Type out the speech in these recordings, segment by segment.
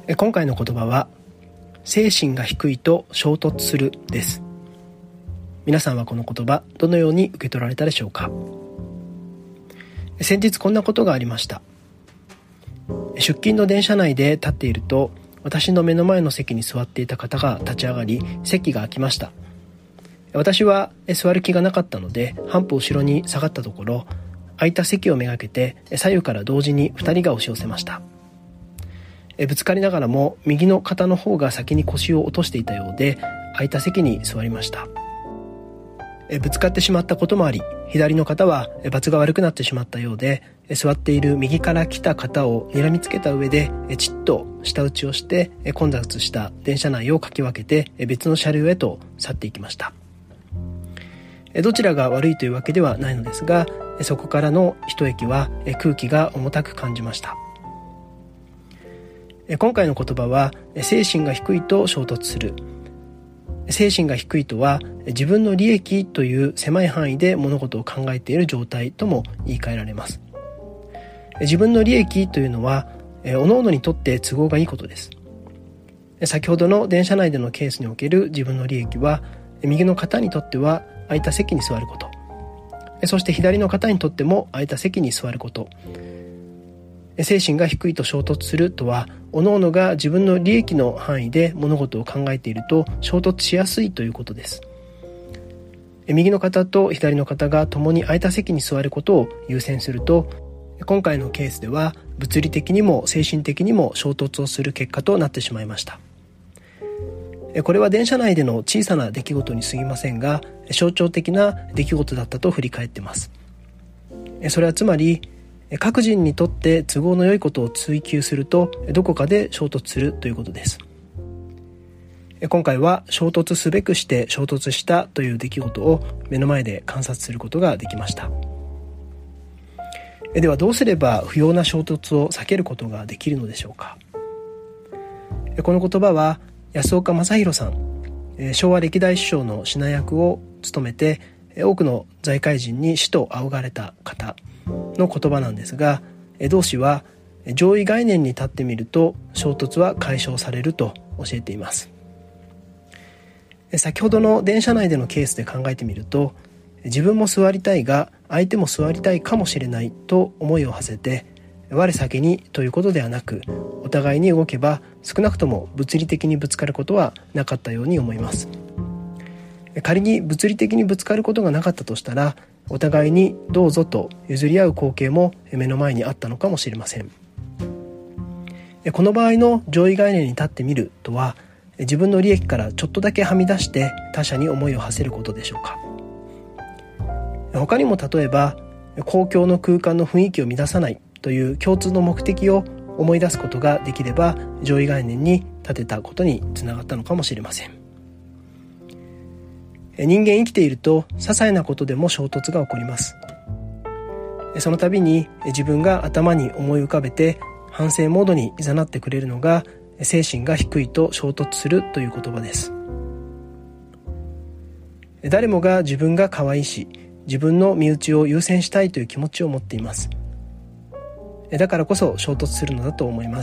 今回の言葉は精神が低いと衝突するです。皆さんはこの言葉どのように受け取られたでしょうか。先日こんなことがありました。出勤の電車内で立っていると、私の目の前の席に座っていた方が立ち上がり、席が空きました。私は座る気がなかったので半歩後ろに下がったところ、空いた席をめがけて左右から同時に2人が押し寄せました。ぶつかりながらも右の方の方が先に腰を落としていたようで、空いた席に座りました。ぶつかってしまったこともあり、左の方は罰が悪くなってしまったようで、座っている右から来た方を睨みつけた上でちっと舌打ちをして混雑した電車内をかき分けて別の車両へと去っていきました。どちらが悪いというわけではないのですが、そこからの一駅は空気が重たく感じました。今回の言葉は精神が低いと衝突する。精神が低いとは自分の利益という狭い範囲で物事を考えている状態とも言い換えられます。自分の利益というのは各々にとって都合がいいことです。先ほどの電車内でのケースにおける自分の利益は、右の方にとっては空いた席に座ること、そして左の方にとっても空いた席に座ること。精神が低いと衝突するとは、各々が自分の利益の範囲で物事を考えていると衝突しやすいということです。右の方と左の方が共に空いた席に座ることを優先すると、今回のケースでは物理的にも精神的にも衝突をする結果となってしまいました。これは電車内での小さな出来事に過ぎませんが、象徴的な出来事だったと振り返っています。それはつまり、各人にとって都合の良いことを追求するとどこかで衝突するということです。今回は衝突すべくして衝突したという出来事を目の前で観察することができました。ではどうすれば不要な衝突を避けることができるのでしょうか。この言葉は安岡正弘さん、昭和歴代首相の指南役を務めて多くの財界人に死と仰がれた方の言葉なんですが、同氏は上位概念に立ってみると衝突は解消されると教えています。先ほどの電車内でのケースで考えてみると、自分も座りたいが相手も座りたいかもしれないと思いを馳せて、我先にということではなく、お互いに動けば少なくとも物理的にぶつかることはなかったように思います。仮に物理的にぶつかることがなかったとしたら、お互いにどうぞと譲り合う光景も目の前にあったのかもしれません。この場合の上位概念に立ってみるとは、自分の利益からちょっとだけはみ出して他者に思いを馳せることでしょうか。他にも例えば、公共の空間の雰囲気を乱さないという共通の目的を思い出すことができれば、上位概念に立てたことにつながったのかもしれません。人間生きていると些細なことでも衝突が起こります。その度に自分が頭に思い浮かべて反省モードに誘ってくれるのが、精神が低いと衝突するという言葉です。誰もが自分が可愛いし、自分の身内を優先したいという気持ちを持っています。だからこそ衝突するのだと思います。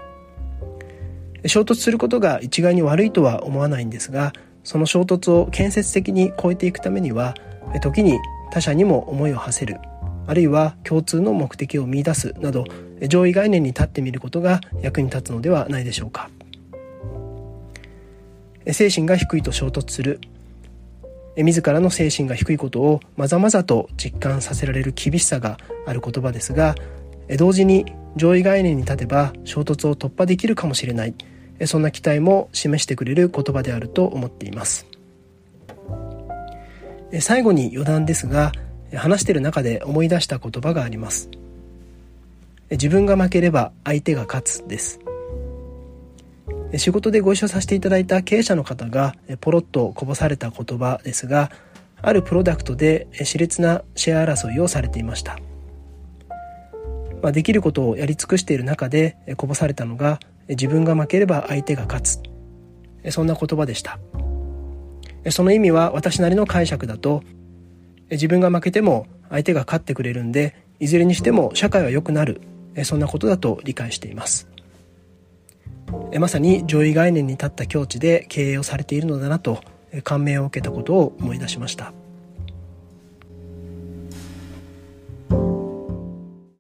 衝突することが一概に悪いとは思わないんですが、その衝突を建設的に超えていくためには、時に他者にも思いを馳せる、あるいは共通の目的を見出すなど、上位概念に立ってみることが役に立つのではないでしょうか。精神が低いと衝突する、自らの精神が低いことをまざまざと実感させられる厳しさがある言葉ですが、同時に上位概念に立てば衝突を突破できるかもしれない、そんな期待も示してくれる言葉であると思っています。最後に余談ですが、話している中で思い出した言葉があります。自分が負ければ相手が勝つです。仕事でご一緒させていただいた経営者の方がポロッとこぼされた言葉ですが、あるプロダクトで熾烈なシェア争いをされていました。できることをやり尽くしている中でこぼされたのが、自分が負ければ相手が勝つ、そんな言葉でした。その意味は私なりの解釈だと、自分が負けても相手が勝ってくれるんで、いずれにしても社会は良くなる、そんなことだと理解しています。 まさに上位概念に立った境地で経営をされているのだなと感銘を受けたことを思い出しました。